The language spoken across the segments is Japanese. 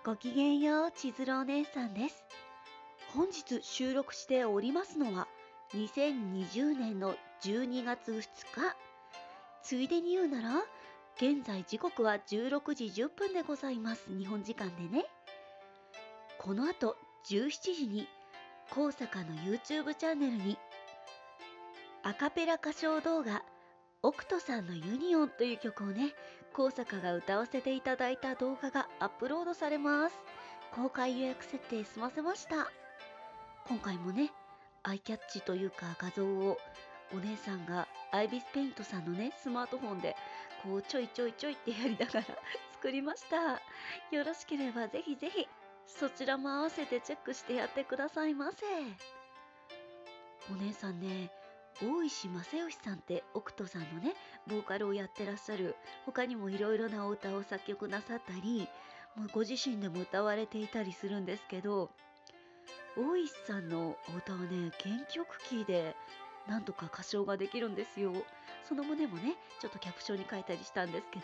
ごきげんよう、千鶴お姉さんです。本日収録しておりますのは、2020年の12月2日。ついでに言うなら、現在時刻は16時10分でございます。日本時間でね。この後17時に、高坂の YouTube チャンネルに、アカペラ歌唱動画、オクトさんのユニオンという曲をね、高坂が歌わせていただいた動画がアップロードされます。公開予約設定済ませました。今回もね、アイキャッチというか画像をお姉さんがアイビスペイントさんのね、スマートフォンでこうちょいちょいちょいってやりながら作りました。よろしければぜひぜひそちらも合わせてチェックしてやってくださいませ。お姉さんね、大石正義さんってオクトさんのね、ボーカルをやってらっしゃる。他にもいろいろなお歌を作曲なさったり、もうご自身でも歌われていたりするんですけど、大石さんのお歌はね、原曲キーでなんとか歌唱ができるんですよ。その旨もね、ちょっとキャプションに書いたりしたんですけど、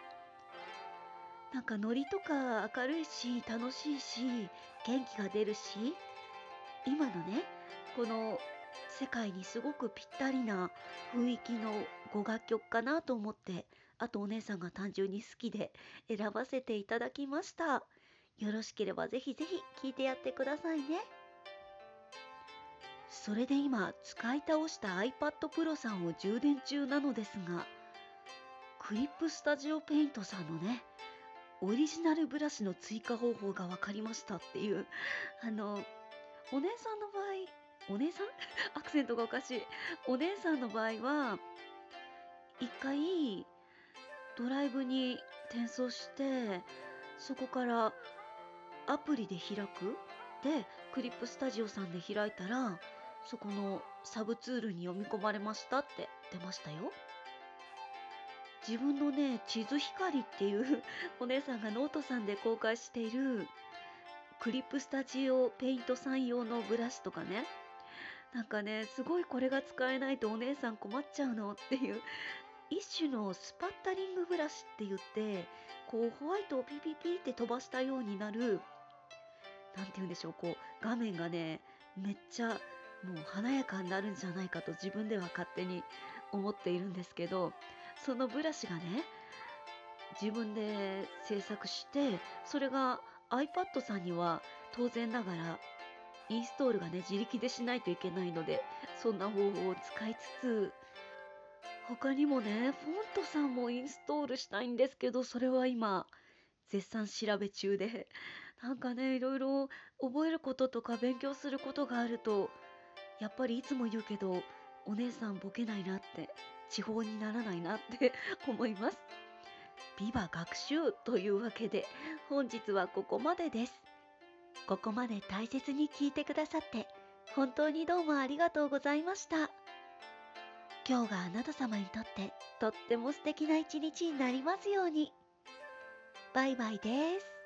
なんかノリとか明るいし、楽しいし、元気が出るし、今のね、この世界にすごくぴったりな雰囲気のご楽曲かなと思って、あとお姉さんが単純に好きで選ばせていただきました。よろしければぜひぜひ聴いてやってくださいね。それで今使い倒した iPad Pro さんを充電中なのですが、クリップスタジオペイントさんのね、オリジナルブラシの追加方法が分かりましたっていう、あの、お姉さんの場合、お姉さんアクセントがおかしい。お姉さんの場合は、一回ドライブに転送して、そこからアプリで開く。で、クリップスタジオさんで開いたら、そこのサブツールに読み込まれましたって出ましたよ。自分のね、地図光っていうお姉さんがノートさんで公開しているクリップスタジオペイントさん用のブラシとかね、なんかね、すごいこれが使えないとお姉さん困っちゃうのっていう一種のスパッタリングブラシって言って、こうホワイトをピピピって飛ばしたようになる、なんて言うんでしょう、こう画面がね、めっちゃもう華やかになるんじゃないかと自分では勝手に思っているんですけど、そのブラシがね、自分で制作して、それが iPad さんには当然ながらインストールがね、自力でしないといけないので、そんな方法を使いつつ、他にもね、フォントさんもインストールしたいんですけど、それは今、絶賛調べ中で、なんかね、いろいろ覚えることとか勉強することがあると、やっぱりいつも言うけど、お姉さんボケないなって、地方にならないなって思います。ビバ学習というわけで、本日はここまでです。ここまで大切に聞いてくださって、本当にどうもありがとうございました。今日があなた様にとってとっても素敵な一日になりますように。バイバイです。